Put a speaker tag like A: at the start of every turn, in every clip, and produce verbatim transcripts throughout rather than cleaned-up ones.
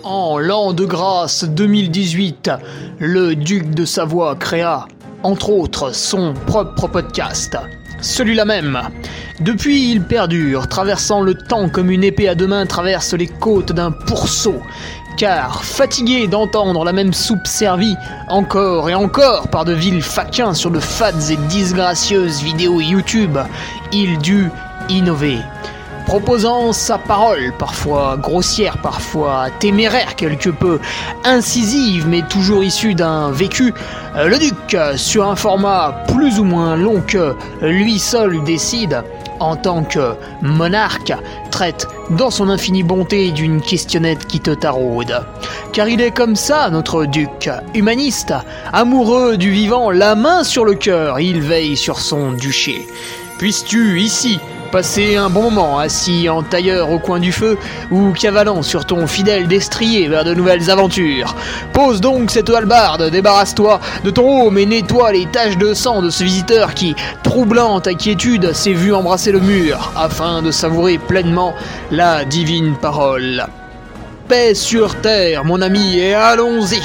A: En l'an de grâce deux mille dix-huit, le duc de Savoie créa, entre autres, son propre podcast. Celui-là même. Depuis, il perdure, traversant le temps comme une épée à deux mains traverse les côtes d'un pourceau. Car, fatigué d'entendre la même soupe servie, encore et encore par de vils faquins sur de fades et disgracieuses vidéos YouTube, il dut innover. Proposant sa parole, parfois grossière, parfois téméraire quelque peu, incisive mais toujours issue d'un vécu, le duc, sur un format plus ou moins long que lui seul décide, en tant que monarque, traite dans son infinie bonté d'une questionnette qui te taraude. Car il est comme ça, notre duc, humaniste, amoureux du vivant, la main sur le cœur, il veille sur son duché. Puisses-tu, ici, passer un bon moment assis en tailleur au coin du feu ou cavalant sur ton fidèle destrier vers de nouvelles aventures. Pose donc cette hallebarde, débarrasse-toi de ton home et nettoie les taches de sang de ce visiteur qui, troublant ta quiétude, s'est vu embrasser le mur afin de savourer pleinement la divine parole. Paix sur terre, mon ami, et allons-y!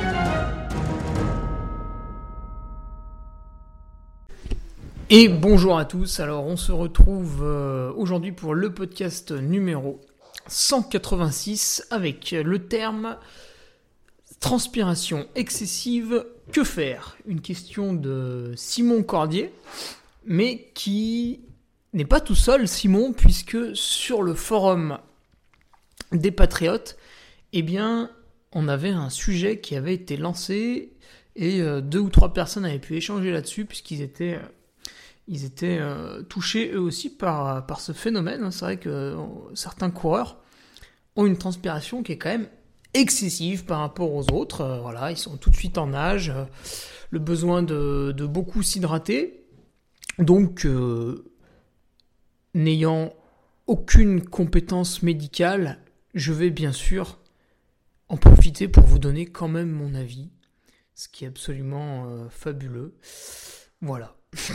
A: Et bonjour à tous, alors on se retrouve euh, aujourd'hui pour le podcast numéro cent quatre-vingt-six avec le terme transpiration excessive, que faire ? Une question de Simon Cordier, mais qui n'est pas tout seul, Simon, puisque sur le forum des Patriotes, eh bien, on avait un sujet qui avait été lancé et euh, deux ou trois personnes avaient pu échanger là-dessus puisqu'ils étaient... Euh, Ils étaient euh, touchés eux aussi par, par ce phénomène. C'est vrai que euh, certains coureurs ont une transpiration qui est quand même excessive par rapport aux autres. Euh, voilà, ils sont tout de suite en nage, euh, le besoin de, de beaucoup s'hydrater. Donc, euh, n'ayant aucune compétence médicale, je vais bien sûr en profiter pour vous donner quand même mon avis, ce qui est absolument euh, fabuleux. Voilà.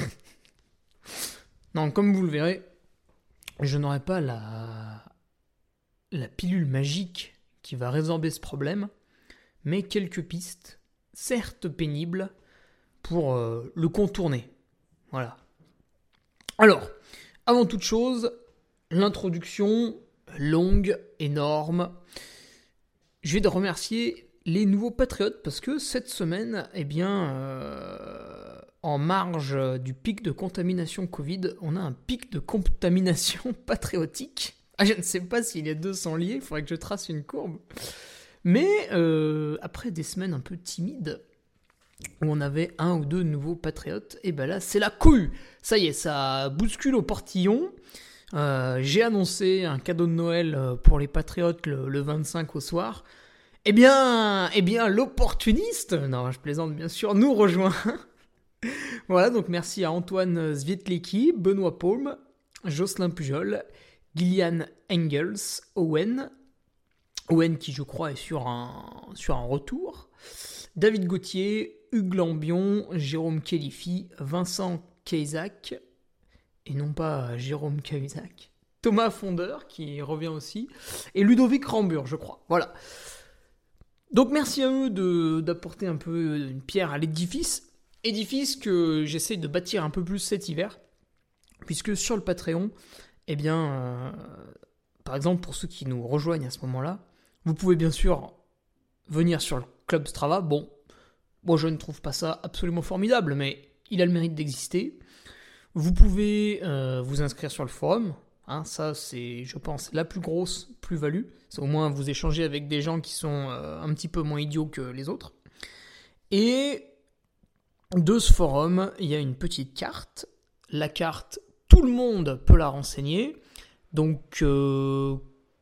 A: Non, comme vous le verrez, je n'aurai pas la, la pilule magique qui va résorber ce problème, mais quelques pistes, certes pénibles, pour euh, le contourner. Voilà. Alors, avant toute chose, l'introduction longue, énorme. Je vais remercier les nouveaux patriotes parce que cette semaine, eh bien... Euh, en marge du pic de contamination Covid, on a un pic de contamination patriotique. Ah, je ne sais pas si les deux sont liés, il faudrait que je trace une courbe. Mais euh, après des semaines un peu timides, où on avait un ou deux nouveaux patriotes, et ben là, c'est la couille. Ça y est, ça bouscule au portillon. Euh, j'ai annoncé un cadeau de Noël pour les patriotes le, le vingt-cinq au soir. Eh bien, eh bien, l'opportuniste, non, je plaisante bien sûr, nous rejoint. Voilà, donc merci à Antoine Zvietlecki, Benoît Paume, Jocelyn Pujol, Gillian Engels, Owen, Owen qui je crois est sur un, sur un retour, David Gauthier, Hugues Lambion, Jérôme Kélifi, Vincent Cahuzac, et non pas Jérôme Cahuzac, Thomas Fondeur qui revient aussi, et Ludovic Rambur, je crois. Voilà. Donc merci à eux de, d'apporter un peu une pierre à l'édifice. Édifice que j'essaie de bâtir un peu plus cet hiver, puisque sur le Patreon, eh bien, euh, par exemple, pour ceux qui nous rejoignent à ce moment-là, vous pouvez bien sûr venir sur le Club Strava. Bon, moi je ne trouve pas ça absolument formidable, mais il a le mérite d'exister. Vous pouvez euh, vous inscrire sur le forum, hein, ça c'est, je pense, la plus grosse plus-value. C'est au moins vous échanger avec des gens qui sont euh, un petit peu moins idiots que les autres. Et... de ce forum, il y a une petite carte. La carte, tout le monde peut la renseigner. Donc, euh,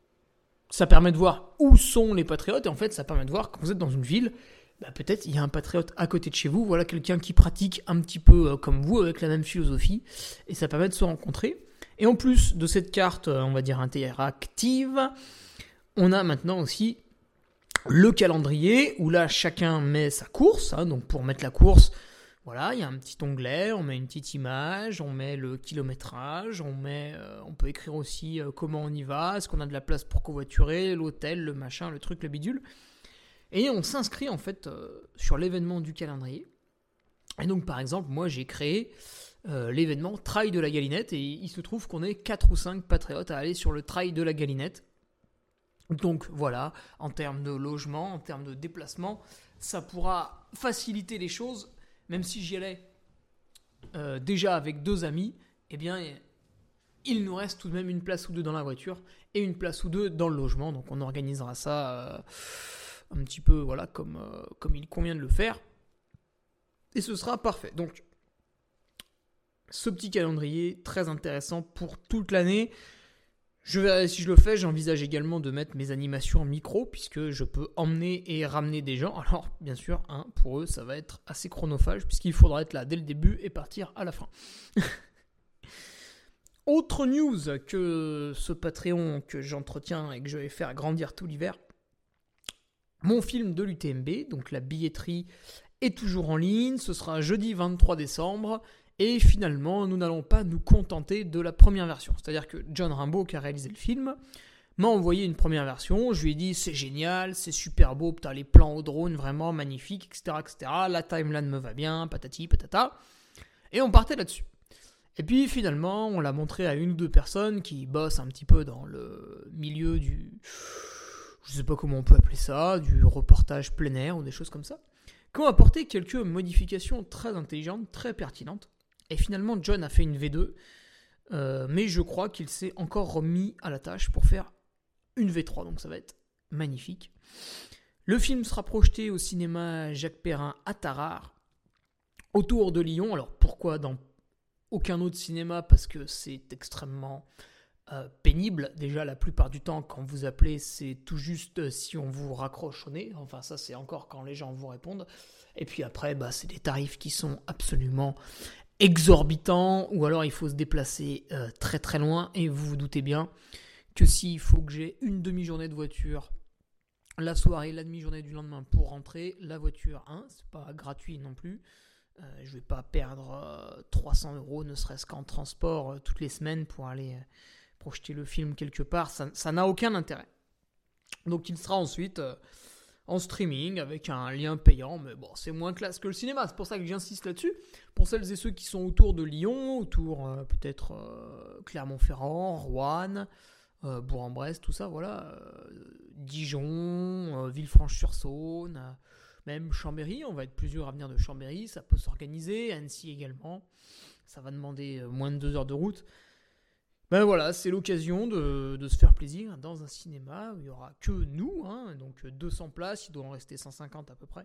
A: ça permet de voir où sont les patriotes. Et en fait, ça permet de voir quand vous êtes dans une ville, bah, peut-être il y a un patriote à côté de chez vous. Voilà quelqu'un qui pratique un petit peu euh, comme vous, avec la même philosophie. Et ça permet de se rencontrer. Et en plus de cette carte, on va dire interactive, on a maintenant aussi le calendrier où là, chacun met sa course. Hein, donc, pour mettre la course... Voilà, il y a un petit onglet, on met une petite image, on met le kilométrage, on met, euh, on peut écrire aussi euh, comment on y va, est-ce qu'on a de la place pour covoiturer, l'hôtel, le machin, le truc, le bidule. Et on s'inscrit en fait euh, sur l'événement du calendrier. Et donc par exemple, moi j'ai créé euh, l'événement Trail de la Galinette et il se trouve qu'on est quatre ou cinq patriotes à aller sur le Trail de la Galinette. Donc voilà, en termes de logement, en termes de déplacement, ça pourra faciliter les choses. Même si j'y allais euh, déjà avec deux amis, eh bien, il nous reste tout de même une place ou deux dans la voiture et une place ou deux dans le logement. Donc on organisera ça euh, un petit peu voilà, comme, euh, comme il convient de le faire. Et ce sera parfait. Donc, ce petit calendrier, très intéressant pour toute l'année. Je verrai si je le fais, j'envisage également de mettre mes animations en micro, puisque je peux emmener et ramener des gens. Alors, bien sûr, hein, pour eux, ça va être assez chronophage, puisqu'il faudra être là dès le début et partir à la fin. Autre news que ce Patreon que j'entretiens et que je vais faire grandir tout l'hiver, mon film de l'U T M B, donc la billetterie est toujours en ligne, ce sera jeudi vingt-trois décembre, et finalement, nous n'allons pas nous contenter de la première version. C'est-à-dire que John Rimbaud, qui a réalisé le film, m'a envoyé une première version. Je lui ai dit, c'est génial, c'est super beau, putain, les plans au drone, vraiment magnifiques, et cetera, et cetera. La timeline me va bien, patati, patata. Et on partait là-dessus. Et puis finalement, on l'a montré à une ou deux personnes qui bossent un petit peu dans le milieu du... Je sais pas comment on peut appeler ça, du reportage plein air ou des choses comme ça, qui ont apporté quelques modifications très intelligentes, très pertinentes. Et finalement, John a fait une V deux, euh, mais je crois qu'il s'est encore remis à la tâche pour faire une V trois, donc ça va être magnifique. Le film sera projeté au cinéma Jacques Perrin à Tarare, autour de Lyon. Alors pourquoi dans aucun autre cinéma ? Parce que c'est extrêmement euh, pénible. Déjà, la plupart du temps, quand vous appelez, c'est tout juste si on vous raccroche au nez. Enfin, ça, c'est encore quand les gens vous répondent. Et puis après, bah, c'est des tarifs qui sont absolument exorbitants, ou alors il faut se déplacer euh, très très loin, et vous vous doutez bien que s'il faut que j'ai une demi-journée de voiture la soirée, la demi-journée du lendemain pour rentrer, la voiture, hein, c'est pas gratuit non plus, euh, je vais pas perdre euh, trois cents euros ne serait-ce qu'en transport euh, toutes les semaines pour aller euh, projeter le film quelque part, ça, ça n'a aucun intérêt. Donc il sera ensuite euh, en streaming avec un lien payant, mais bon, c'est moins classe que le cinéma, c'est pour ça que j'insiste là-dessus. Pour celles et ceux qui sont autour de Lyon, autour euh, peut-être euh, Clermont-Ferrand, Roanne, euh, Bourg-en-Bresse, tout ça, voilà, euh, Dijon, euh, Villefranche-sur-Saône, euh, même Chambéry, on va être plusieurs à venir de Chambéry, ça peut s'organiser, Annecy également, ça va demander euh, moins de deux heures de route. Ben voilà, c'est l'occasion de, de se faire plaisir dans un cinéma où il n'y aura que nous, hein, donc deux cents places, il doit en rester cent cinquante à peu près.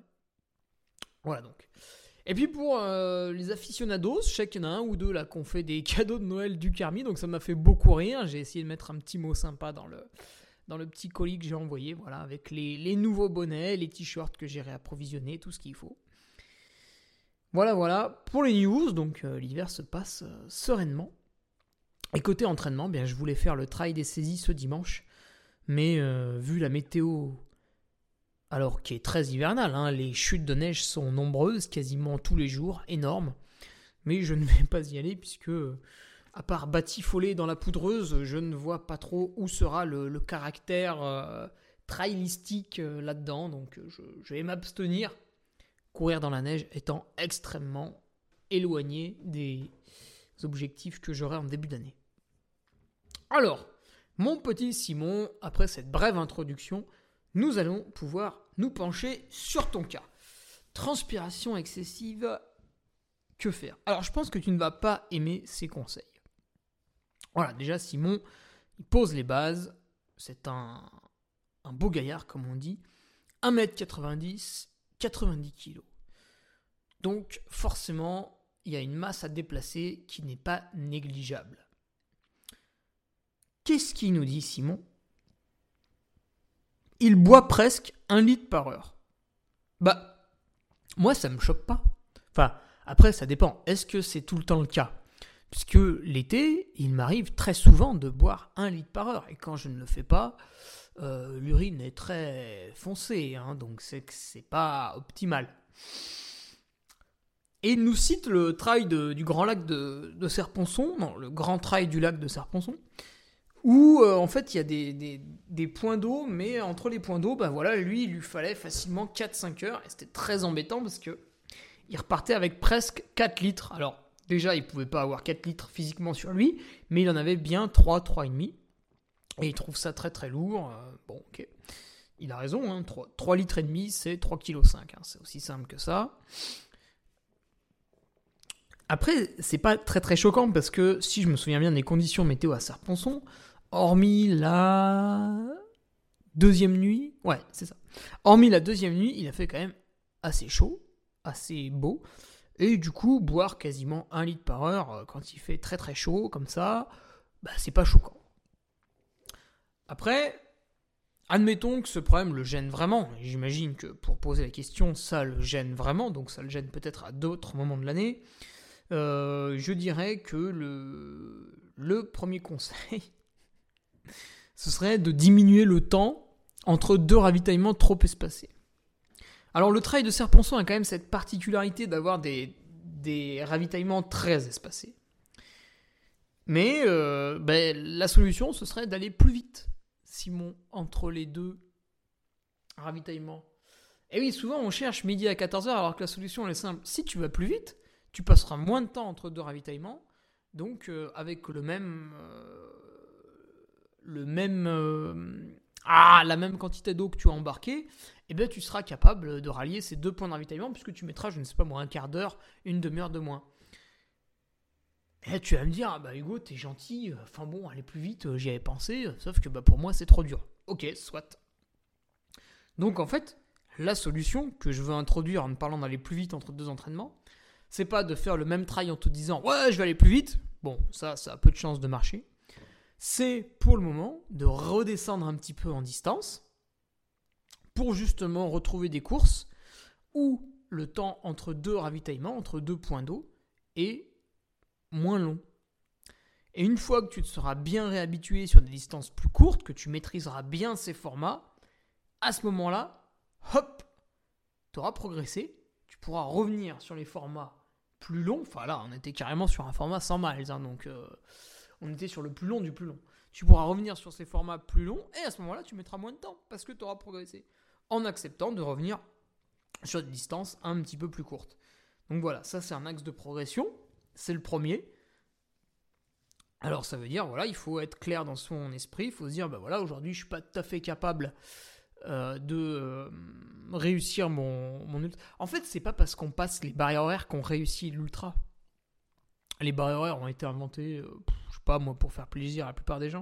A: Voilà donc. Et puis pour euh, les aficionados, je sais qu'il y en a un ou deux là qui ont fait des cadeaux de Noël du Carmi, donc ça m'a fait beaucoup rire. J'ai essayé de mettre un petit mot sympa dans le, dans le petit colis que j'ai envoyé, voilà, avec les, les nouveaux bonnets, les t-shirts que j'ai réapprovisionnés, tout ce qu'il faut. Voilà, voilà, pour les news, donc euh, l'hiver se passe euh, sereinement. Et côté entraînement, bien, je voulais faire le trail des saisies ce dimanche, mais euh, vu la météo, alors qui est très hivernale, hein, les chutes de neige sont nombreuses, quasiment tous les jours, énormes, mais je ne vais pas y aller puisque, à part batifoler dans la poudreuse, je ne vois pas trop où sera le, le caractère euh, trailistique euh, là-dedans, donc je, je vais m'abstenir, courir dans la neige étant extrêmement éloigné des objectifs que j'aurai en début d'année. Alors, mon petit Simon, après cette brève introduction, nous allons pouvoir nous pencher sur ton cas. Transpiration excessive, que faire ? Alors, je pense que tu ne vas pas aimer ces conseils. Voilà, déjà, Simon, il pose les bases. C'est un, un beau gaillard, comme on dit. un mètre quatre-vingt-dix, quatre-vingt-dix kilos. Donc, forcément, il y a une masse à déplacer qui n'est pas négligeable. Qu'est-ce qu'il nous dit, Simon ? Il boit presque un litre par heure. Bah, moi, ça me choque pas. Enfin, après, ça dépend. Est-ce que c'est tout le temps le cas ? Puisque l'été, il m'arrive très souvent de boire un litre par heure. Et quand je ne le fais pas, euh, l'urine est très foncée. Hein, donc, c'est que c'est pas optimal. Et il nous cite le trail de, du grand lac de, de Serponçon, non, le grand trail du lac de Serponçon, où euh, en fait il y a des, des, des points d'eau, mais entre les points d'eau, bah voilà, lui il lui fallait facilement quatre à cinq heures, et c'était très embêtant parce que il repartait avec presque quatre litres. Alors déjà il pouvait pas avoir quatre litres physiquement sur lui, mais il en avait bien trois, trois virgule cinq, et il trouve ça très très lourd. Euh, bon ok, il a raison, hein, trois, trois litres et demi c'est trois virgule cinq kilos, hein, c'est aussi simple que ça. Après, c'est pas très très choquant parce que si je me souviens bien des conditions météo à Serponçon, hormis la deuxième nuit, ouais, c'est ça. Hormis la deuxième nuit, il a fait quand même assez chaud, assez beau, et du coup, boire quasiment un litre par heure quand il fait très très chaud comme ça, bah c'est pas choquant. Après, admettons que ce problème le gêne vraiment. J'imagine que pour poser la question, ça le gêne vraiment, donc ça le gêne peut-être à d'autres moments de l'année. Euh, je dirais que le, le premier conseil, ce serait de diminuer le temps entre deux ravitaillements trop espacés. Alors le trail de Serponçon a quand même cette particularité d'avoir des, des ravitaillements très espacés. Mais euh, ben, la solution, ce serait d'aller plus vite, Simon, entre les deux ravitaillements. Et oui, souvent on cherche midi à quatorze heures alors que la solution elle est simple. Si tu vas plus vite, tu passeras moins de temps entre deux ravitaillements, donc euh, avec le même, euh, le même, euh, ah, la même quantité d'eau que tu as embarquée, eh bien tu seras capable de rallier ces deux points de ravitaillement puisque tu mettras, je ne sais pas moi, un quart d'heure, une demi-heure de moins. Et là, tu vas me dire, ah bah Hugo, t'es gentil, enfin bon, aller plus vite, j'y avais pensé, sauf que bah, pour moi c'est trop dur. Ok, soit. Donc en fait, la solution que je veux introduire en parlant d'aller plus vite entre deux entraînements, c'est pas de faire le même trail en te disant « Ouais, je vais aller plus vite ». Bon, ça, ça a peu de chances de marcher. C'est pour le moment de redescendre un petit peu en distance pour justement retrouver des courses où le temps entre deux ravitaillements, entre deux points d'eau, est moins long. Et une fois que tu te seras bien réhabitué sur des distances plus courtes, que tu maîtriseras bien ces formats, à ce moment-là, hop, tu auras progressé. Tu pourras revenir sur les formats plus longs. Enfin là, on était carrément sur un format cent miles, hein, donc euh, on était sur le plus long du plus long. Tu pourras revenir sur ces formats plus longs et à ce moment-là, tu mettras moins de temps parce que tu auras progressé en acceptant de revenir sur des distances un petit peu plus courtes. Donc voilà, ça c'est un axe de progression. C'est le premier. Alors ça veut dire, voilà, il faut être clair dans son esprit. Il faut se dire, ben voilà, aujourd'hui, je ne suis pas tout à fait capable Euh, de euh, réussir mon, mon ultra. En fait, c'est pas parce qu'on passe les barrières horaires qu'on réussit l'ultra. Les barrières horaires ont été inventées, euh, je sais pas moi, pour faire plaisir à la plupart des gens,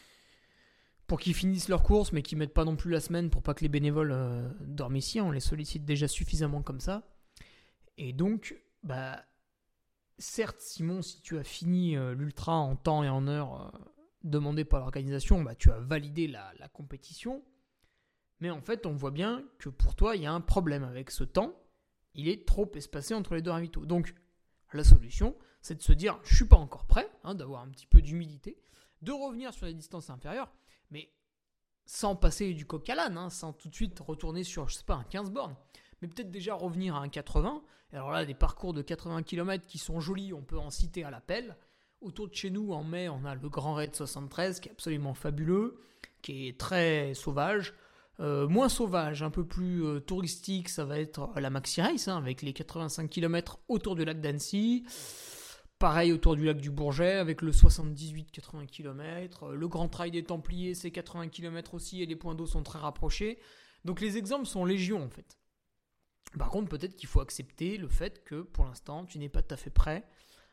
A: pour qu'ils finissent leur course, mais qu'ils mettent pas non plus la semaine pour pas que les bénévoles euh, dorment ici. On les sollicite déjà suffisamment comme ça. Et donc, bah, certes, Simon, si tu as fini euh, l'ultra en temps et en heure euh, demandé par l'organisation, bah, tu as validé la, la compétition. Mais en fait, on voit bien que pour toi, il y a un problème avec ce temps. Il est trop espacé entre les deux ravitaux. Donc, la solution, c'est de se dire, je ne suis pas encore prêt, hein, d'avoir un petit peu d'humilité, de revenir sur les distances inférieures, mais sans passer du coq à l'âne, hein, sans tout de suite retourner sur, je sais pas, un quinze bornes, mais peut-être déjà revenir à un quatre-vingts. Et alors là, des parcours de quatre-vingts kilomètres qui sont jolis, on peut en citer à l'appel. Autour de chez nous, en mai, on a le Grand Raid soixante-treize, qui est absolument fabuleux, qui est très sauvage. Euh, moins sauvage, un peu plus euh, touristique, ça va être la Maxi Race, hein, avec les quatre-vingt-cinq kilomètres autour du lac d'Annecy. Pareil autour du lac du Bourget, avec le soixante-dix-huit à quatre-vingts kilomètres. Le Grand Trail des Templiers, c'est quatre-vingts kilomètres aussi, et les points d'eau sont très rapprochés. Donc les exemples sont légion, en fait. Par contre, peut-être qu'il faut accepter le fait que, pour l'instant, tu n'es pas tout à fait prêt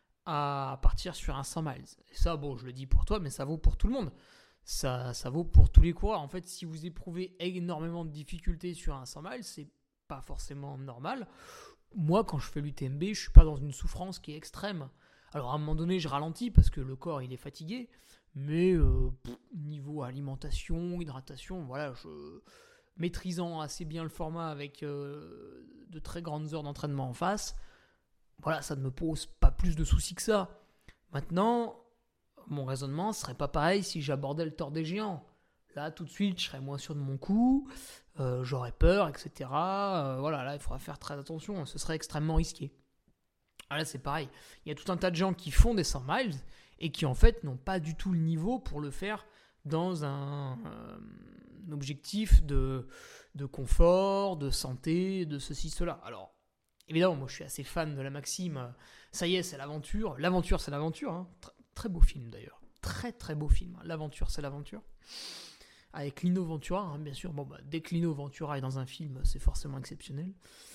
A: à partir sur un cent miles. Et ça, bon, je le dis pour toi, mais ça vaut pour tout le monde. Ça, ça vaut pour tous les coureurs. En fait, si vous éprouvez énormément de difficultés sur un cent miles, c'est pas forcément normal. Moi, quand je fais l'U T M B, je suis pas dans une souffrance qui est extrême. Alors, à un moment donné, je ralentis parce que le corps, il est fatigué. Mais euh, pff, niveau alimentation, hydratation, voilà, je, maîtrisant assez bien le format avec euh, de très grandes heures d'entraînement en face, voilà, ça ne me pose pas plus de soucis que ça. Maintenant, mon raisonnement serait pas pareil si j'abordais le Tour des Géants. Là, tout de suite, je serais moins sûr de mon coup, euh, j'aurais peur, et cetera. Euh, voilà, là, il faudra faire très attention, ce serait extrêmement risqué. Ah là, c'est pareil. Il y a tout un tas de gens qui font des cent miles et qui, en fait, n'ont pas du tout le niveau pour le faire dans un, euh, un objectif de, de confort, de santé, de ceci, cela. Alors, évidemment, moi, je suis assez fan de la maxime. Ça y est, c'est l'aventure. L'aventure, c'est l'aventure. Hein. Très, très beau film, d'ailleurs. Très, très beau film. L'aventure, c'est l'aventure. Avec Lino Ventura, hein, bien sûr. Bon, bah, dès que Lino Ventura est dans un film, c'est forcément exceptionnel.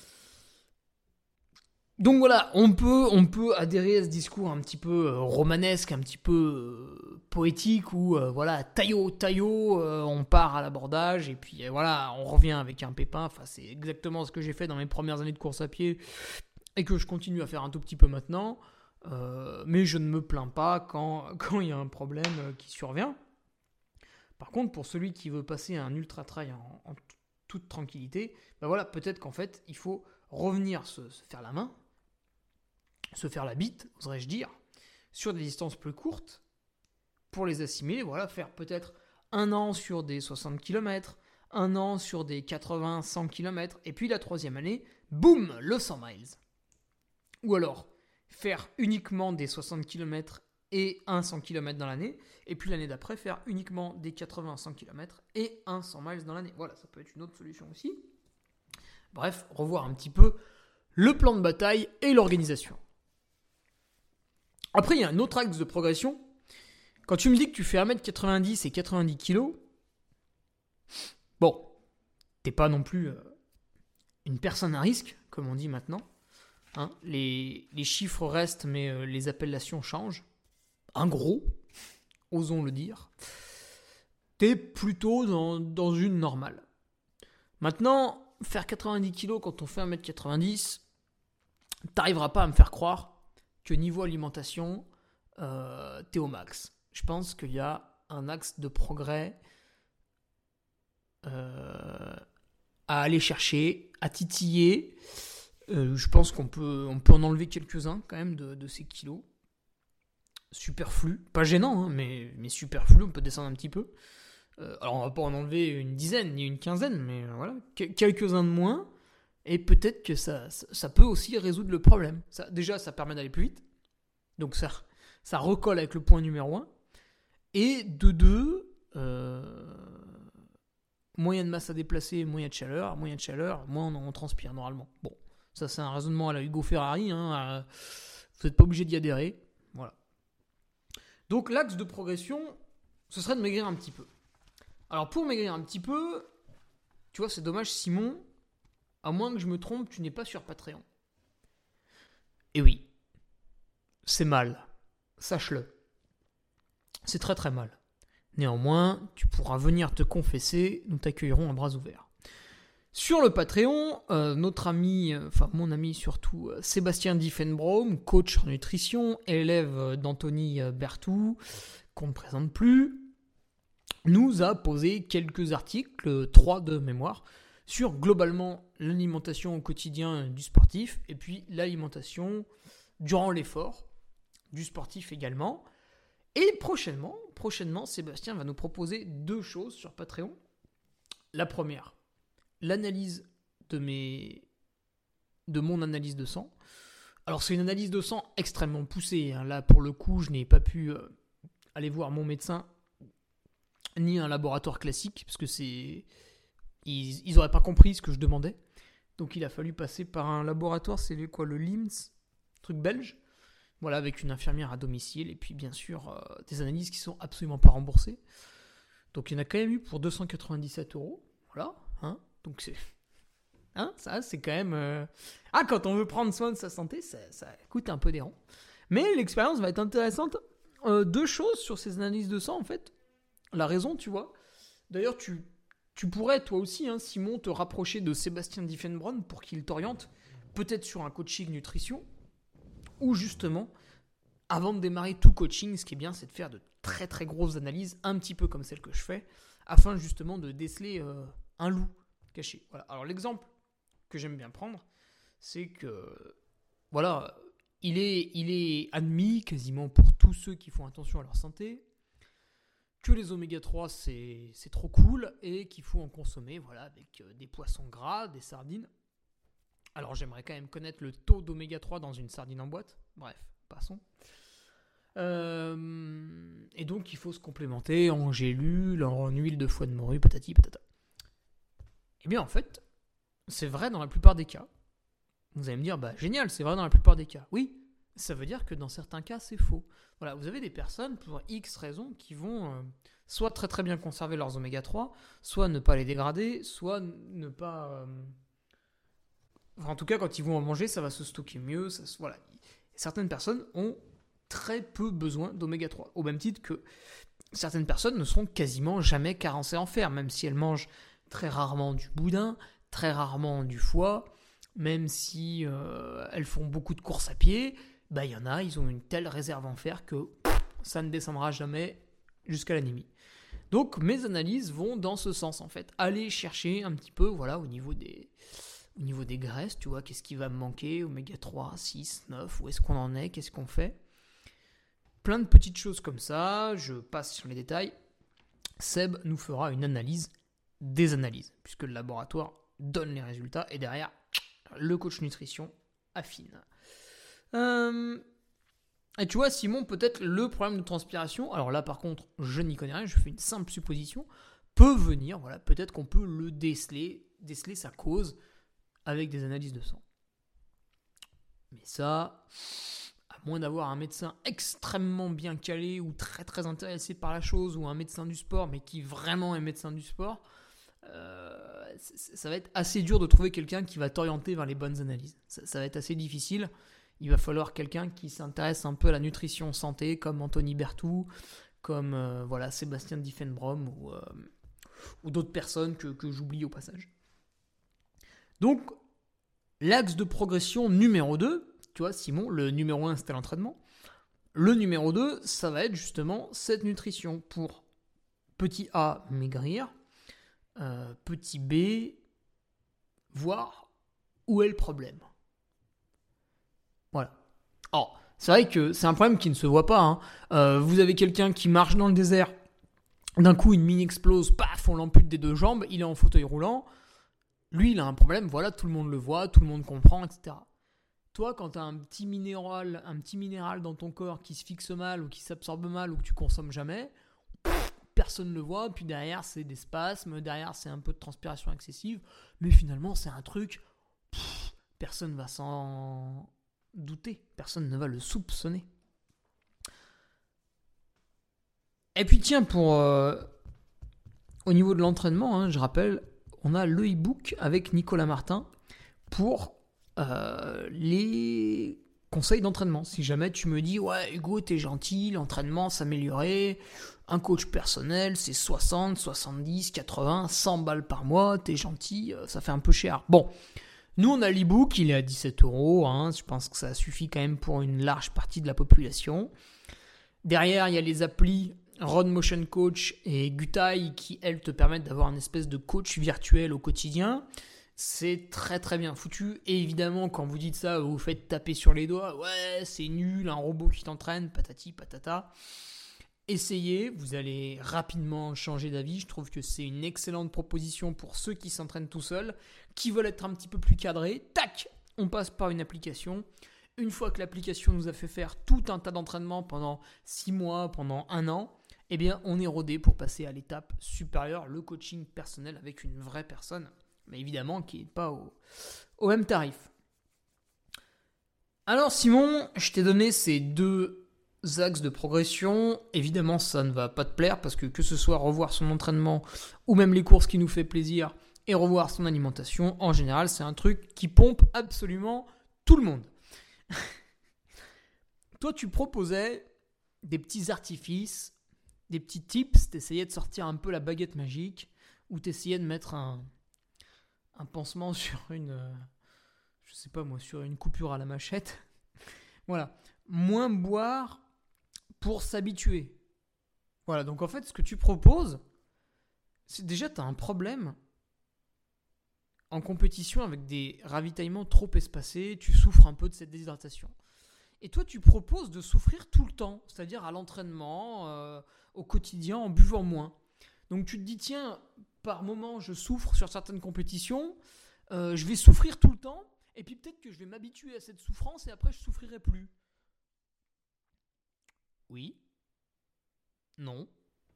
A: Donc voilà, on peut, on peut adhérer à ce discours un petit peu euh, romanesque, un petit peu euh, poétique, où euh, voilà, taillot, taillot, euh, on part à l'abordage, et puis euh, voilà, on revient avec un pépin. Enfin, c'est exactement ce que j'ai fait dans mes premières années de course à pied, et que je continue à faire un tout petit peu maintenant. Euh, mais je ne me plains pas quand, quand il y a un problème euh, qui survient. Par contre, pour celui qui veut passer un ultra trail en, en t- toute tranquillité, ben voilà, peut-être qu'en fait, il faut revenir se, se faire la main, se faire la bite, oserais-je dire, sur des distances plus courtes, pour les assimiler, voilà, faire peut-être un an sur des soixante kilomètres, un an sur des quatre-vingts à cent kilomètres, et puis la troisième année, boum, le cent miles. Ou alors, faire uniquement des soixante kilomètres et un cent kilomètres dans l'année, et puis l'année d'après, faire uniquement des quatre-vingts à cent kilomètres et un cent miles dans l'année. Voilà, ça peut être une autre solution aussi. Bref, revoir un petit peu le plan de bataille et l'organisation. Après, il y a un autre axe de progression. Quand tu me dis que tu fais un mètre quatre-vingt-dix et quatre-vingt-dix kilos, bon, t'es pas non plus euh, une personne à risque, comme on dit maintenant. Hein, les, les chiffres restent, mais euh, les appellations changent. Un gros, osons le dire. T'es plutôt dans, dans une normale. Maintenant, faire quatre-vingt-dix kilos quand on fait un mètre quatre-vingt-dix, t'arriveras pas à me faire croire que niveau alimentation, euh, t'es au max. Je pense qu'il y a un axe de progrès euh, à aller chercher, à titiller. Euh, je pense qu'on peut, on peut en enlever quelques-uns quand même de, de ces kilos. Superflu, pas gênant, hein, mais, mais superflu, on peut descendre un petit peu. Euh, alors on va pas en enlever une dizaine ni une quinzaine, mais euh, voilà, quelques-uns de moins. Et peut-être que ça, ça, ça peut aussi résoudre le problème. Ça, déjà, ça permet d'aller plus vite. Donc ça, ça recolle avec le point numéro un. Et de deux, euh, moyen de masse à déplacer, moyen de chaleur. Moyen de chaleur, moins on, on transpire normalement. Bon, ça c'est un raisonnement à la Hugo Ferrari. Hein, euh, vous n'êtes pas obligé d'y adhérer. Voilà. Donc l'axe de progression, ce serait de maigrir un petit peu. Alors pour maigrir un petit peu, tu vois, c'est dommage Simon, à moins que je me trompe, tu n'es pas sur Patreon. Et oui, c'est mal, sache-le. C'est très très mal. Néanmoins, tu pourras venir te confesser, nous t'accueillerons à bras ouverts. Sur le Patreon, euh, notre ami, euh, enfin mon ami surtout, euh, Sébastien Diffenbrom, coach en nutrition, élève d'Anthony Berthoud, qu'on ne présente plus, nous a posé quelques articles, trois de mémoire, sur globalement l'alimentation au quotidien du sportif et puis l'alimentation durant l'effort du sportif également. Et prochainement, prochainement, Sébastien va nous proposer deux choses sur Patreon. La première, l'analyse de mes, de mon analyse de sang. Alors c'est une analyse de sang extrêmement poussée. Hein. Là, pour le coup, je n'ai pas pu euh, aller voir mon médecin ni un laboratoire classique parce que c'est ils ils auraient pas compris ce que je demandais. Donc il a fallu passer par un laboratoire, c'est le quoi, le L I M S, truc belge. Voilà, avec une infirmière à domicile et puis bien sûr euh, des analyses qui sont absolument pas remboursées. Donc il y en a quand même eu pour deux cent quatre-vingt-dix-sept euros. Voilà, hein. Donc c'est, hein, ça c'est quand même. Euh... Ah, quand on veut prendre soin de sa santé, ça, ça coûte un peu des ronds. Mais l'expérience va être intéressante. Euh, deux choses sur ces analyses de sang en fait. La raison, tu vois. D'ailleurs, tu, tu pourrais, toi aussi, hein, Simon, te rapprocher de Sébastien Diffenbrom pour qu'il t'oriente peut-être sur un coaching nutrition ou justement, avant de démarrer tout coaching, ce qui est bien, c'est de faire de très très grosses analyses, un petit peu comme celle que je fais, afin justement de déceler euh, un loup caché. Voilà. Alors l'exemple que j'aime bien prendre, c'est que, voilà, il est, il est admis quasiment pour tous ceux qui font attention à leur santé, que les oméga trois c'est, c'est trop cool et qu'il faut en consommer voilà, avec des poissons gras, des sardines Alors j'aimerais quand même connaître le taux d'oméga trois dans une sardine en boîte. Bref, passons. Euh, et donc il faut se complémenter en gélules, en huile de foie de morue, patati patata. Eh bien en fait, c'est vrai dans la plupart des cas. Vous allez me dire, bah génial, c'est vrai dans la plupart des cas. Oui, ça veut dire que dans certains cas, c'est faux. Voilà, vous avez des personnes, pour X raisons, qui vont euh, soit très très bien conserver leurs oméga trois, soit ne pas les dégrader, soit ne pas... Euh... Enfin, en tout cas, quand ils vont en manger, ça va se stocker mieux. Ça, voilà. Certaines personnes ont très peu besoin d'oméga trois, au même titre que certaines personnes ne seront quasiment jamais carencées en fer, même si elles mangent très rarement du boudin, très rarement du foie, même si euh, elles font beaucoup de courses à pied, bah, y en a, ils ont une telle réserve en fer que pff, ça ne descendra jamais jusqu'à l'anémie. Donc mes analyses vont dans ce sens en fait, aller chercher un petit peu, voilà, au niveau des, au niveau des graisses, tu vois, qu'est-ce qui va me manquer, oméga trois, six, neuf, où est-ce qu'on en est, qu'est-ce qu'on fait. Plein de petites choses comme ça, je passe sur les détails. Seb nous fera une analyse des analyses, puisque le laboratoire donne les résultats, et derrière, le coach nutrition affine. Euh, et tu vois, Simon, peut-être le problème de transpiration, alors là par contre, je n'y connais rien, je fais une simple supposition, peut venir, voilà, peut-être qu'on peut le déceler, déceler sa cause avec des analyses de sang. Mais ça, à moins d'avoir un médecin extrêmement bien calé ou très très intéressé par la chose, ou un médecin du sport, mais qui vraiment est médecin du sport, euh, ça va être assez dur de trouver quelqu'un qui va t'orienter vers les bonnes analyses. Ça, ça va être assez difficile. Il va falloir quelqu'un qui s'intéresse un peu à la nutrition santé, comme Anthony Berthoud, comme euh, voilà, Sébastien Diffenbrom, ou, euh, ou d'autres personnes que, que j'oublie au passage. Donc, l'axe de progression numéro deux, tu vois, Simon, le numéro un, c'était l'entraînement. Le numéro deux, ça va être justement cette nutrition pour petit A, maigrir, euh, petit B, voir où est le problème. Voilà. Alors, c'est vrai que c'est un problème qui ne se voit pas. Hein. Euh, vous avez quelqu'un qui marche dans le désert, d'un coup une mine explose, paf, on l'ampute des deux jambes, il est en fauteuil roulant. Lui, il a un problème, voilà, tout le monde le voit, tout le monde comprend, et cetera. Toi, quand tu as un petit minéral, un petit minéral dans ton corps qui se fixe mal ou qui s'absorbe mal ou que tu consommes jamais, pff, personne ne le voit. Puis derrière, c'est des spasmes, derrière, c'est un peu de transpiration excessive. Mais finalement, c'est un truc, pff, personne ne va s'en douter, personne ne va le soupçonner. Et puis tiens, pour euh, au niveau de l'entraînement, hein, je rappelle, on a le e-book avec Nicolas Martin pour euh, les conseils d'entraînement. Si jamais tu me dis, ouais Hugo, t'es gentil, l'entraînement s'améliorer, un coach personnel, c'est soixante, soixante-dix, quatre-vingts, cent balles par mois, t'es gentil, ça fait un peu cher. Bon, nous on a l'e-book, il est à dix-sept euros, hein, je pense que ça suffit quand même pour une large partie de la population. Derrière, il y a les applis Run Motion Coach et Gutai qui, elles, te permettent d'avoir une espèce de coach virtuel au quotidien. C'est très très bien foutu. Et évidemment, quand vous dites ça, vous vous faites taper sur les doigts. Ouais, c'est nul, un robot qui t'entraîne, patati patata. Essayez, vous allez rapidement changer d'avis. Je trouve que c'est une excellente proposition pour ceux qui s'entraînent tout seuls, qui veulent être un petit peu plus cadrés. Tac, on passe par une application. Une fois que l'application nous a fait faire tout un tas d'entraînements pendant six mois, pendant un an, eh bien, on est rodé pour passer à l'étape supérieure, le coaching personnel avec une vraie personne, mais évidemment qui n'est pas au, au même tarif. Alors Simon, je t'ai donné ces deux axes de progression. Évidemment, ça ne va pas te plaire parce que que ce soit revoir son entraînement ou même les courses qui nous fait plaisir et revoir son alimentation, en général, c'est un truc qui pompe absolument tout le monde. Toi, tu proposais des petits artifices, des petits tips, t'essayais de sortir un peu la baguette magique, ou t'essayais de mettre un, un pansement sur une, euh, je sais pas moi, sur une coupure à la machette. Voilà, moins boire pour s'habituer. Voilà, donc en fait, ce que tu proposes, c'est déjà t'as un problème en compétition avec des ravitaillements trop espacés, tu souffres un peu de cette déshydratation. Et toi, tu proposes de souffrir tout le temps, c'est-à-dire à l'entraînement, euh, au quotidien, en buvant moins. Donc tu te dis, tiens, par moment, je souffre sur certaines compétitions, euh, je vais souffrir tout le temps, Et puis peut-être que je vais m'habituer à cette souffrance et après je souffrirai plus. Oui. Non.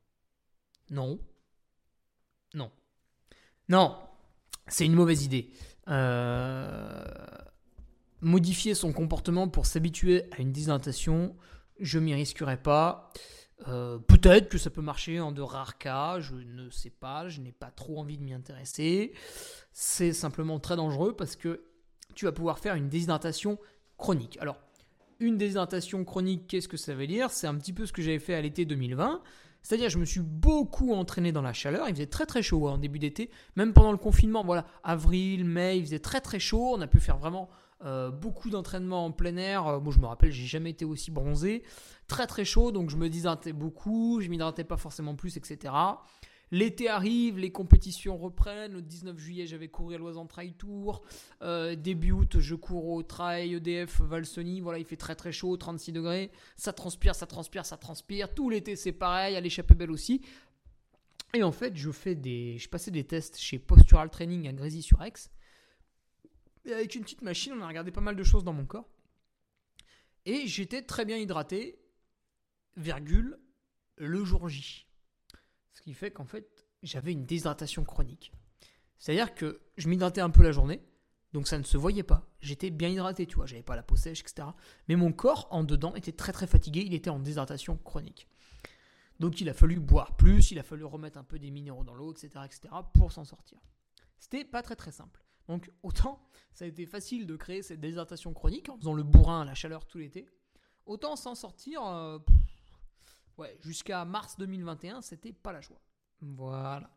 A: Non. Non. Non. C'est une mauvaise idée. Euh... Modifier son comportement pour s'habituer à une déshydratation, je m'y risquerai pas. Euh, peut-être que ça peut marcher en de rares cas, je ne sais pas, je n'ai pas trop envie de m'y intéresser. C'est simplement très dangereux parce que tu vas pouvoir faire une déshydratation chronique. Alors, une déshydratation chronique, qu'est-ce que ça veut dire ? C'est un petit peu ce que j'avais fait à l'été deux mille vingt. C'est-à-dire, je me suis beaucoup entraîné dans la chaleur. Il faisait très très chaud hein, en début d'été, même pendant le confinement. Voilà, avril, mai, il faisait très très chaud. On a pu faire vraiment euh, beaucoup d'entraînement en plein air. Euh, moi, je me rappelle, j'ai jamais été aussi bronzé. Très très chaud, donc je me déshydratais beaucoup. Je m'hydratais pas forcément plus, et cetera. L'été arrive, les compétitions reprennent. Le dix-neuf juillet, j'avais couru à l'Oisan Trail Tour. Euh, début août, je cours au Trail E D F Valsony. Voilà, il fait très très chaud, trente-six degrés. Ça transpire, ça transpire, ça transpire. Tout l'été, c'est pareil. À l'échappée belle aussi. Et en fait, je fais des, je passais des tests chez Postural Training à Grésy-sur-Aix. Et avec une petite machine, on a regardé pas mal de choses dans mon corps. Et j'étais très bien hydraté, virgule, le jour J. Ce qui fait qu'en fait, j'avais une déshydratation chronique. C'est-à-dire que je m'hydratais un peu la journée, donc ça ne se voyait pas. J'étais bien hydraté, tu vois, j'avais pas la peau sèche, et cetera. Mais mon corps, en dedans, était très très fatigué, il était en déshydratation chronique. Donc il a fallu boire plus, il a fallu remettre un peu des minéraux dans l'eau, et cetera, et cetera pour s'en sortir. C'était pas très très simple. Donc autant ça a été facile de créer cette déshydratation chronique en faisant le bourrin à la chaleur tout l'été, autant s'en sortir... Euh, Ouais, jusqu'à mars deux mille vingt et un, c'était pas la joie. Voilà.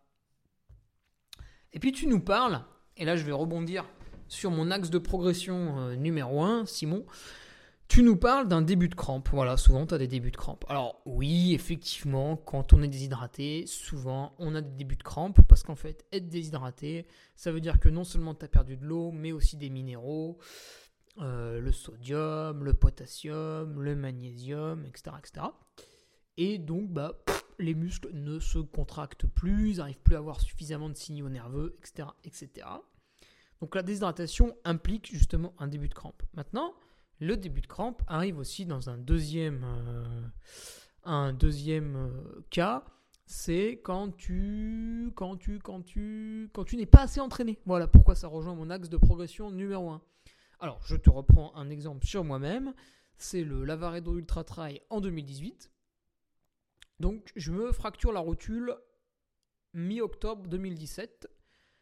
A: Et puis tu nous parles, et là je vais rebondir sur mon axe de progression euh, numéro un, Simon. Tu nous parles d'un début de crampe. Voilà, souvent tu as des débuts de crampe. Alors oui, effectivement, quand on est déshydraté, souvent on a des débuts de crampe parce qu'en fait, être déshydraté, ça veut dire que non seulement tu as perdu de l'eau, mais aussi des minéraux, euh, le sodium, le potassium, le magnésium, et cetera, et cetera. Et donc, bah, pff, les muscles ne se contractent plus, ils n'arrivent plus à avoir suffisamment de signaux nerveux, et cetera, et cetera. Donc la déshydratation implique justement un début de crampe. Maintenant, le début de crampe arrive aussi dans un deuxième, euh, un deuxième euh, cas, c'est quand tu, quand tu, quand tu, quand tu n'es pas assez entraîné. Voilà pourquoi ça rejoint mon axe de progression numéro un. Alors, je te reprends un exemple sur moi-même. C'est le Lavaredo Ultra Trail en deux mille dix-huit. Donc, je me fracture la rotule mi-octobre deux mille dix-sept.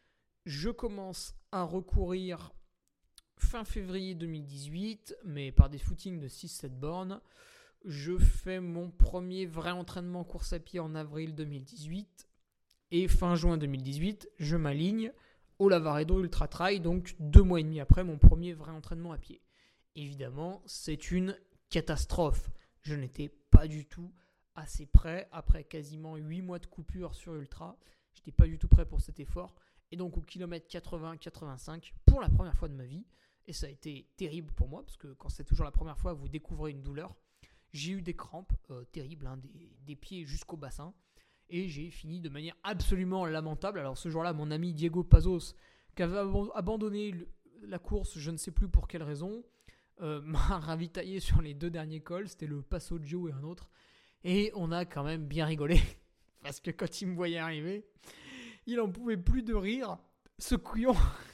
A: Je commence à recourir fin février deux mille dix-huit, mais par des footings de six sept bornes. Je fais mon premier vrai entraînement course à pied en avril deux mille dix-huit. Et fin juin deux mille dix-huit, je m'aligne au Lavaredo Ultra Trail, donc deux mois et demi après mon premier vrai entraînement à pied. Évidemment, c'est une catastrophe. Je n'étais pas du tout assez prêt, après quasiment huit mois de coupure sur Ultra, j'étais pas du tout prêt pour cet effort, et donc au kilomètre quatre-vingts quatre-vingt-cinq, pour la première fois de ma vie, et ça a été terrible pour moi, parce que quand c'est toujours la première fois, vous découvrez une douleur, j'ai eu des crampes euh, terribles, hein, des, des pieds jusqu'au bassin, et j'ai fini de manière absolument lamentable. Alors ce jour-là, mon ami Diego Pazos, qui avait ab- abandonné le, la course, je ne sais plus pour quelle raison, euh, m'a ravitaillé sur les deux derniers cols, c'était le Passo Gio et un autre. Et on a quand même bien rigolé, parce que quand il me voyait arriver, il n'en pouvait plus de rire. Ce couillon,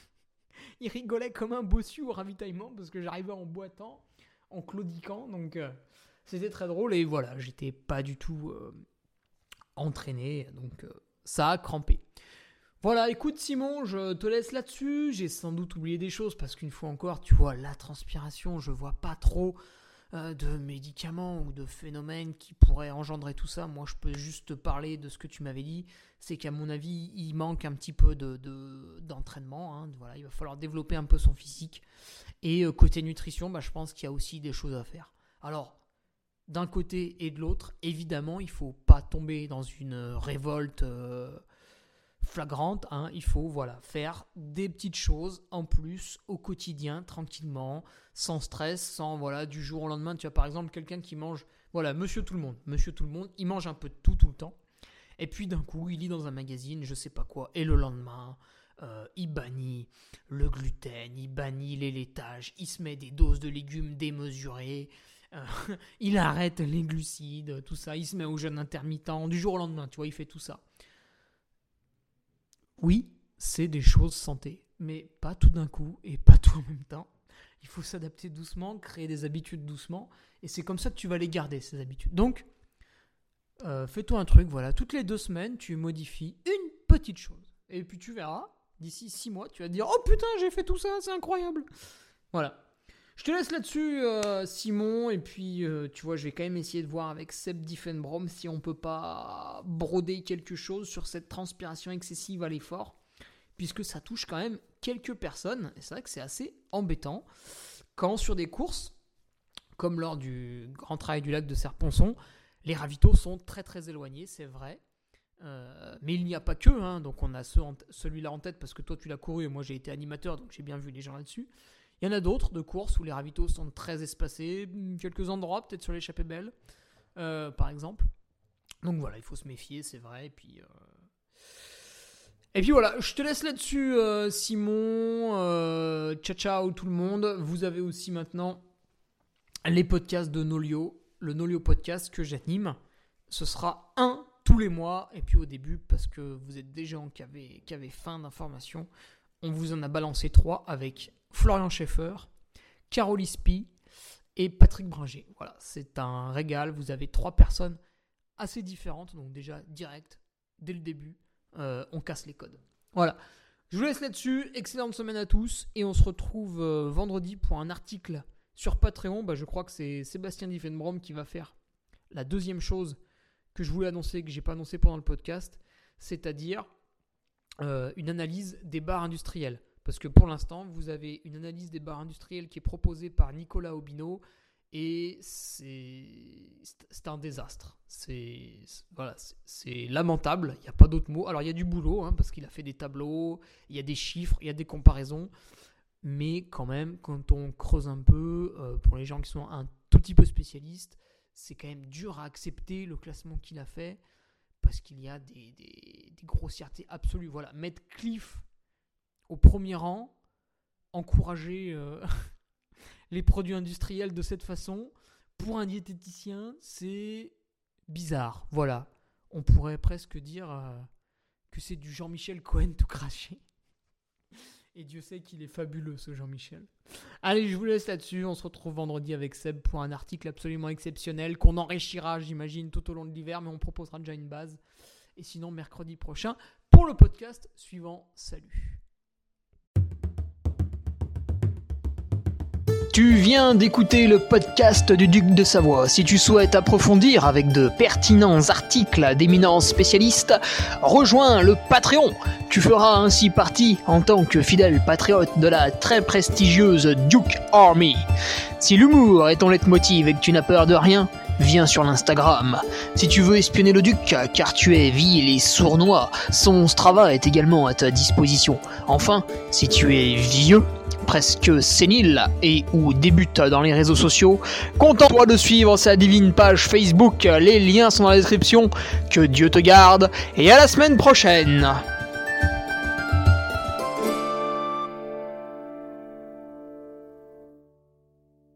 A: il rigolait comme un bossu au ravitaillement, parce que j'arrivais en boitant, en claudiquant, donc euh, c'était très drôle. Et voilà, j'étais pas du tout euh, entraîné, donc euh, ça a crampé. Voilà, écoute Simon, je te laisse là-dessus. J'ai sans doute oublié des choses, parce qu'une fois encore, tu vois, la transpiration, je vois pas trop... de médicaments ou de phénomènes qui pourraient engendrer tout ça. Moi, je peux juste te parler de ce que tu m'avais dit. C'est qu'à mon avis, il manque un petit peu de, de, d'entraînement. Hein. Voilà, il va falloir développer un peu son physique. Et euh, côté nutrition, bah, je pense qu'il y a aussi des choses à faire. Alors, d'un côté et de l'autre, évidemment, il ne faut pas tomber dans une révolte euh, flagrante. Hein. Il faut voilà, faire des petites choses en plus au quotidien, tranquillement, sans stress, sans voilà, du jour au lendemain. Tu as par exemple quelqu'un qui mange, voilà, monsieur tout le monde, monsieur tout le monde, il mange un peu de tout tout le temps. Et puis d'un coup, il lit dans un magazine, je sais pas quoi, et le lendemain, Euh, il bannit le gluten, il bannit les laitages, il se met des doses de légumes démesurées, euh, il arrête les glucides, tout ça, il se met au jeûne intermittent du jour au lendemain, tu vois, il fait tout ça. Oui, c'est des choses santé, mais pas tout d'un coup et pas tout en même temps. Il faut s'adapter doucement, créer des habitudes doucement, et c'est comme ça que tu vas les garder, ces habitudes. Donc, euh, fais-toi un truc, voilà, toutes les deux semaines, tu modifies une petite chose. Et puis tu verras, d'ici six mois, tu vas te dire « Oh putain, j'ai fait tout ça, c'est incroyable !» Voilà. Je te laisse là-dessus, euh, Simon, et puis, euh, tu vois, je vais quand même essayer de voir avec Seb Diffenbrom si on peut pas broder quelque chose sur cette transpiration excessive à l'effort, puisque ça touche quand même quelques personnes, et c'est vrai que c'est assez embêtant, quand sur des courses, comme lors du Grand Trail du lac de Serponçon, les ravitaux sont très très éloignés, c'est vrai, euh, mais il n'y a pas que, hein, donc on a ce, celui-là en tête, parce que toi tu l'as couru, et moi j'ai été animateur, donc j'ai bien vu les gens là-dessus. Il y en a d'autres de courses où les ravitaux sont très espacés, quelques endroits, peut-être sur l'échappée belle, euh, par exemple. Donc voilà, il faut se méfier, c'est vrai, et puis... Euh... Et puis voilà, je te laisse là-dessus, euh, Simon. Euh, ciao, ciao tout le monde. Vous avez aussi maintenant les podcasts de Nolio, le Nolio podcast que j'anime. Ce sera un tous les mois. Et puis au début, parce que vous êtes des gens qui avaient, qui avaient faim d'informations, on vous en a balancé trois avec Florian Schaeffer, Carole Ispi et Patrick Bringer. Voilà, c'est un régal. Vous avez trois personnes assez différentes. Donc déjà, direct, dès le début. Euh, on casse les codes. Voilà. Je vous laisse là-dessus. Excellente semaine à tous. Et on se retrouve euh, vendredi pour un article sur Patreon. Bah, je crois que c'est Sébastien Diffenbrom qui va faire la deuxième chose que je voulais annoncer, que je n'ai pas annoncé pendant le podcast, c'est-à-dire euh, une analyse des bars industriels. Parce que pour l'instant, vous avez une analyse des bars industriels qui est proposée par Nicolas Aubino. Et c'est, c'est un désastre. C'est, voilà, c'est, c'est lamentable. Il n'y a pas d'autre mot. Alors, il y a du boulot, hein, parce qu'il a fait des tableaux, il y a des chiffres, il y a des comparaisons. Mais quand même, quand on creuse un peu, euh, pour les gens qui sont un tout petit peu spécialistes, c'est quand même dur à accepter le classement qu'il a fait, parce qu'il y a des, des, des grossièretés absolues. Voilà, mettre Cliff au premier rang, encourager... Euh, les produits industriels de cette façon, pour un diététicien, c'est bizarre. Voilà. On pourrait presque dire euh, que c'est du Jean-Michel Cohen tout craché. Et Dieu sait qu'il est fabuleux, ce Jean-Michel. Allez, je vous laisse là-dessus. On se retrouve vendredi avec Seb pour un article absolument exceptionnel qu'on enrichira, j'imagine, tout au long de l'hiver, mais on proposera déjà une base. Et sinon, mercredi prochain, pour le podcast suivant. Salut. Tu viens d'écouter le podcast du Duc de Savoie. Si tu souhaites approfondir avec de pertinents articles d'éminents spécialistes, rejoins le Patreon. Tu feras ainsi partie, en tant que fidèle patriote, de la très prestigieuse Duke Army. Si l'humour est ton leitmotiv et que tu n'as peur de rien, viens sur l'Instagram. Si tu veux espionner le Duc, car tu es vil et sournois, son Strava est également à ta disposition. Enfin, si tu es vieux, presque sénile et ou débute dans les réseaux sociaux, contente-toi de suivre sa divine page Facebook, les liens sont dans la description. Que Dieu te garde et à la semaine prochaine.